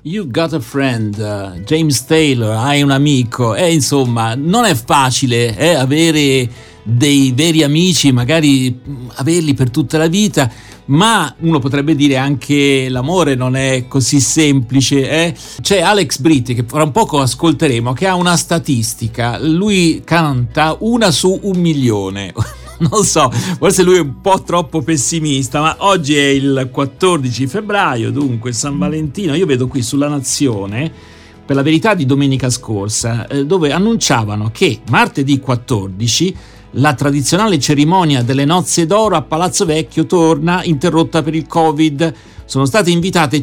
You got a friend, James Taylor, hai un amico, insomma, non è facile avere dei veri amici, magari averli per tutta la vita, ma uno potrebbe dire anche l'amore non è così semplice. C'è Alex Britti, che fra un poco ascolteremo, che ha una statistica, lui canta 1 su 1 milione. Non so, forse lui è un po' troppo pessimista, ma oggi è il 14 febbraio, dunque San Valentino. Io vedo qui sulla Nazione, per la verità di domenica scorsa, dove annunciavano che martedì 14 la tradizionale cerimonia delle nozze d'oro a Palazzo Vecchio torna, interrotta per il Covid. Sono state invitate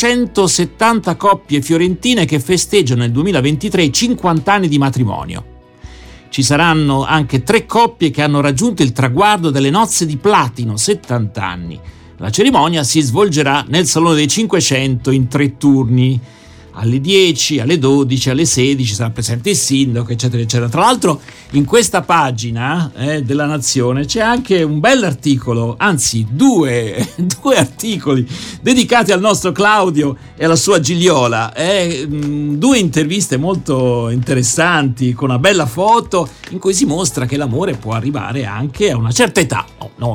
570 coppie fiorentine che festeggiano nel 2023 50 anni di matrimonio. Ci saranno anche 3 coppie che hanno raggiunto il traguardo delle nozze di platino, 70 anni. La cerimonia si svolgerà nel Salone dei 500 in 3 turni. Alle 10, alle 12, alle 16 sarà presente il sindaco, eccetera, eccetera. Tra l'altro in questa pagina della Nazione c'è anche un bell'articolo, anzi due articoli dedicati al nostro Claudio e alla sua Gigliola. 2 interviste molto interessanti con una bella foto in cui si mostra che l'amore può arrivare anche a una certa età.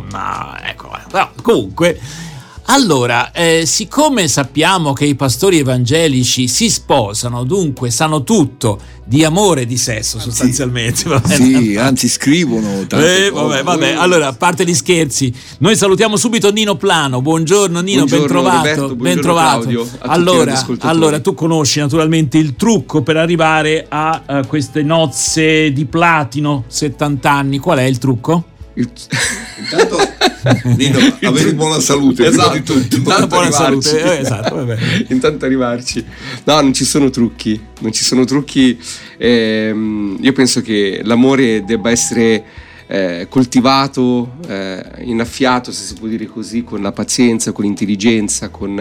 Però comunque... Allora, siccome sappiamo che i pastori evangelici si sposano, dunque sanno tutto di amore e di sesso sostanzialmente. Sì, anzi scrivono tante cose. Vabbè, allora, a parte gli scherzi, noi salutiamo subito Nino Plano. Buongiorno Nino, ben trovato. Roberto, ben trovato. Claudio, allora, tu conosci naturalmente il trucco per arrivare a queste nozze di platino, 70 anni. Qual è il trucco? Intanto Nino, avere buona salute, esatto, intanto buona salute, esatto, vabbè. Intanto arrivarci. No, non ci sono trucchi. Io penso che l'amore debba essere coltivato, innaffiato, se si può dire così, con la pazienza, con l'intelligenza, con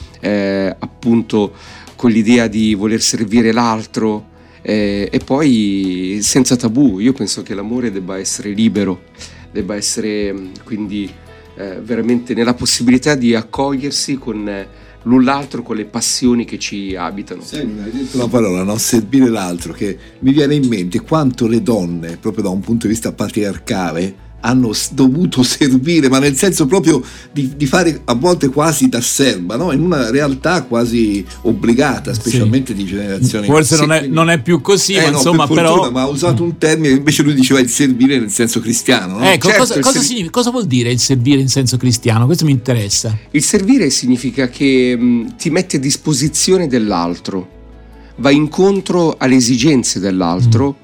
appunto con l'idea di voler servire l'altro, e poi senza tabù. Io penso che l'amore debba essere libero, debba essere quindi veramente nella possibilità di accogliersi con l'un l'altro, con le passioni che ci abitano. Sì, hai detto una parola, no? Servire l'altro, che mi viene in mente quanto le donne, proprio da un punto di vista patriarcale, hanno dovuto servire, ma nel senso proprio di fare a volte quasi da serva, no? In una realtà quasi obbligata, specialmente di generazioni. Forse non è più così, ma insomma, per fortuna, però. Ma ha usato un termine, invece lui diceva il servire nel senso cristiano, no? Ecco, certo, cosa vuol dire il servire in senso cristiano? Questo mi interessa. Il servire significa che ti metti a disposizione dell'altro, vai incontro alle esigenze dell'altro.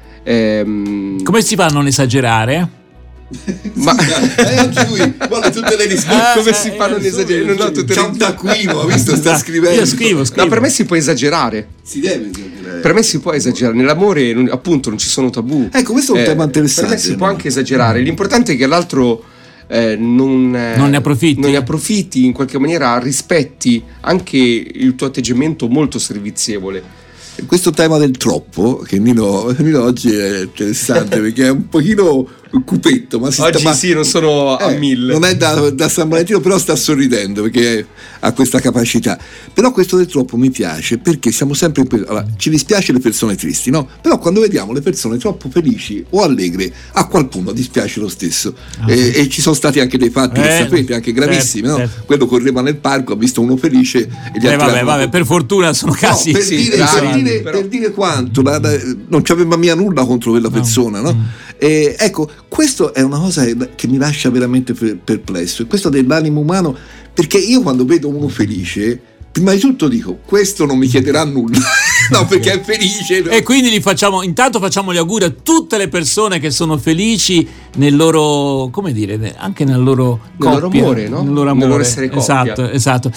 Come si fa a non esagerare? Ma anche lui guarda tutte le risposte, come si fanno ad esagerare? C'è un taccuino, ha visto, sta scrivendo. Io scrivo. No, per me si può esagerare. Si deve esagerare. Per me si può esagerare. Nell'amore appunto non ci sono tabù. Ecco, questo è un tema interessante. Per me si può anche esagerare. L'importante è che l'altro non ne approfitti, in qualche maniera rispetti anche il tuo atteggiamento molto servizievole. Questo tema del troppo, che Nino oggi è interessante perché è un pochino cupetto, ma sì, non sono a 1000. Non è da San Valentino, però sta sorridendo perché ha questa capacità. Però questo del troppo mi piace perché siamo sempre allora, ci dispiace le persone tristi, no? Però quando vediamo le persone troppo felici o allegre, a qualcuno dispiace lo stesso. E ci sono stati anche dei fatti che sapete, anche gravissimi, no? Quello correva nel parco, ha visto uno felice e gli altri vabbè, per fortuna sono casi per dire quanto non c'aveva mia nulla contro quella persona, no? Ecco, questo è una cosa che mi lascia veramente perplesso, e questo dell'animo umano, perché io quando vedo uno felice, prima di tutto dico, questo non mi chiederà nulla. No, perché è felice, no? E quindi intanto facciamo gli auguri a tutte le persone che sono felici nel loro, come dire, anche nel loro amore, no? Nel loro essere coppia. Esatto.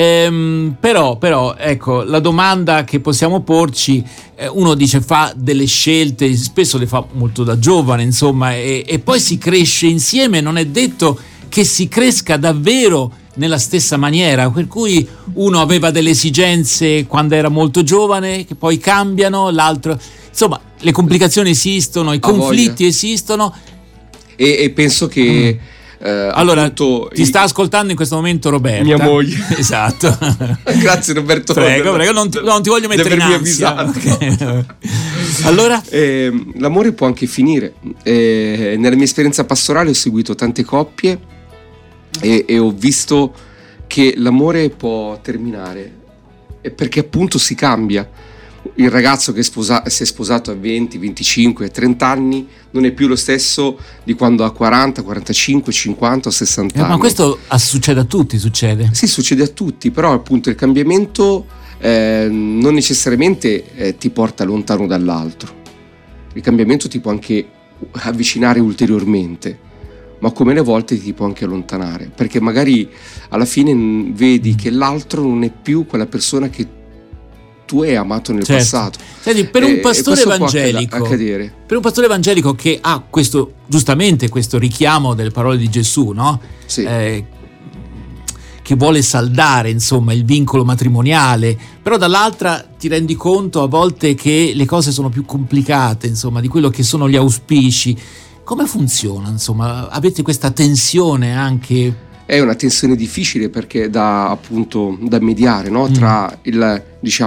Però ecco, la domanda che possiamo porci, uno dice fa delle scelte, spesso le fa molto da giovane, insomma, e poi si cresce insieme, non è detto che si cresca davvero nella stessa maniera, per cui uno aveva delle esigenze quando era molto giovane che poi cambiano, l'altro, insomma, le complicazioni esistono, i conflitti esistono, e penso che allora, appunto, ti sta ascoltando in questo momento Roberta, mia moglie. Esatto. Grazie Roberto. Prego, non ti voglio mettere in ansia. Okay. Allora? L'amore può anche finire. Nella mia esperienza pastorale ho seguito tante coppie e ho visto che l'amore può terminare perché appunto si cambia. Il ragazzo che si è sposato a 20, 25, 30 anni non è più lo stesso di quando ha 40, 45, 50 o 60 anni. Ma questo succede a tutti, succede? Sì, succede a tutti, però appunto il cambiamento non necessariamente ti porta lontano dall'altro. Il cambiamento ti può anche avvicinare ulteriormente, ma come le volte ti può anche allontanare, perché magari alla fine vedi che l'altro non è più quella persona che tu hai amato nel passato. Senti, per un pastore evangelico, per un pastore evangelico che ha questo, giustamente, questo richiamo delle parole di Gesù, no? Sì. Che vuole saldare, insomma, il vincolo matrimoniale, però dall'altra ti rendi conto a volte che le cose sono più complicate, insomma, di quello che sono gli auspici. Come funziona, insomma? Avete questa tensione anche? È una tensione difficile perché da mediare, no? Tra il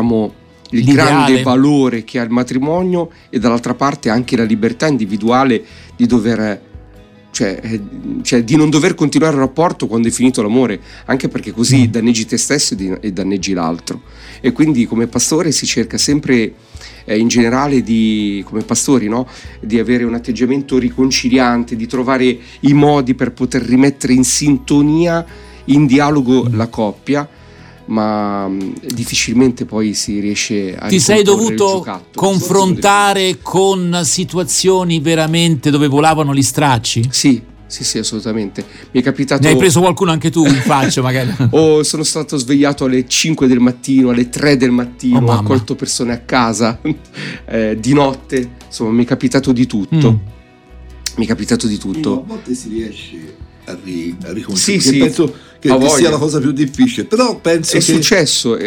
grande valore che ha il matrimonio e dall'altra parte anche la libertà individuale di dover, cioè di non dover continuare il rapporto quando è finito l'amore, anche perché così danneggi te stesso e danneggi l'altro. E quindi come pastore si cerca sempre, in generale, come pastori, no? Di avere un atteggiamento riconciliante, di trovare i modi per poter rimettere in sintonia, in dialogo la coppia, ma difficilmente poi si riesce a ti sei dovuto confrontare con situazioni veramente dove volavano gli stracci? Sì, assolutamente. Mi è capitato. Ne hai preso qualcuno anche tu in faccia, magari? Sono stato svegliato alle 5 del mattino, alle 3 del mattino, ho accolto persone a casa di notte. Insomma, mi è capitato di tutto. Mi è capitato di tutto. A volte si riesce a riconoscere. Sì. Penso che sia la cosa più difficile. Però penso che successo.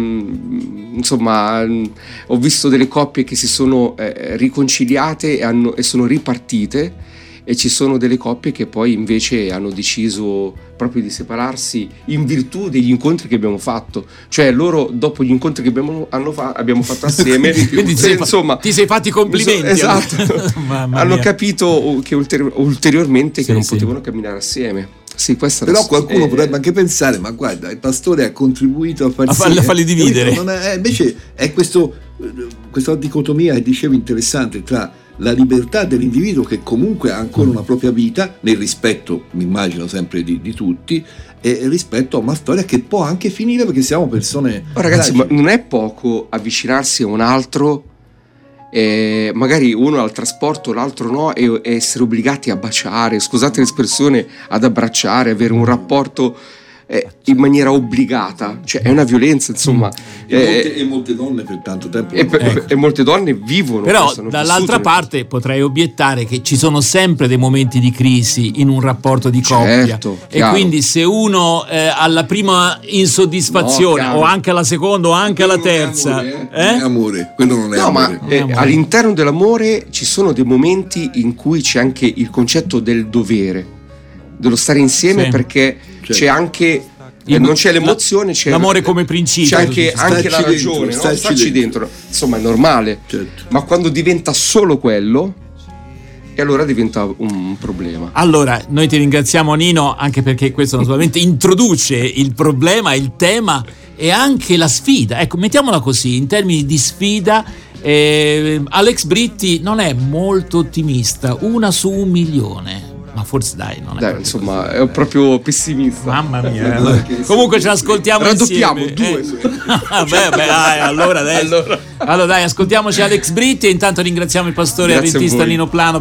Insomma, ho visto delle coppie che si sono riconciliate e sono ripartite. E ci sono delle coppie che poi invece hanno deciso proprio di separarsi in virtù degli incontri che abbiamo fatto. Cioè loro, dopo gli incontri che abbiamo fatto assieme, quindi ti sei fatti complimenti. Esatto. Hanno capito che ulteriormente che non potevano camminare assieme. Sì, però qualcuno potrebbe anche pensare: ma guarda, il pastore ha contribuito a farli dividere. Invece è questa dicotomia che dicevo interessante tra la libertà dell'individuo, che comunque ha ancora una propria vita nel rispetto, mi immagino, sempre di tutti, e rispetto a una storia che può anche finire perché siamo persone. Ragazzi, ma non è poco avvicinarsi a un altro, magari uno al trasporto, l'altro no, e essere obbligati a baciare, scusate l'espressione, ad abbracciare, avere un rapporto in maniera obbligata, cioè è una violenza, insomma. E molte donne per tanto tempo e molte donne vivono. Però dall'altra parte potrei obiettare che ci sono sempre dei momenti di crisi in un rapporto di coppia, certo, e quindi se uno alla prima insoddisfazione o anche alla seconda o anche alla terza non è amore, quello non è amore. Ma all'interno dell'amore ci sono dei momenti in cui c'è anche il concetto del dovere, dello stare insieme, perché c'è anche non c'è l'emozione, c'è l'amore come principio, c'è anche la ragione, no? Starci dentro, insomma è normale, certo. Ma quando diventa solo quello, e allora diventa un problema. Allora noi ti ringraziamo, Nino, anche perché questo naturalmente introduce il problema, il tema e anche la sfida, ecco, mettiamola così, in termini di sfida. Alex Britti non è molto ottimista, 1 su 1 milione. Ma forse non è insomma, è proprio pessimista. Mamma mia. Comunque ce l'ascoltiamo raddoppiamo insieme. 2. Allora dai, ascoltiamoci Alex Britti e intanto ringraziamo il pastore adventista Nino Plano.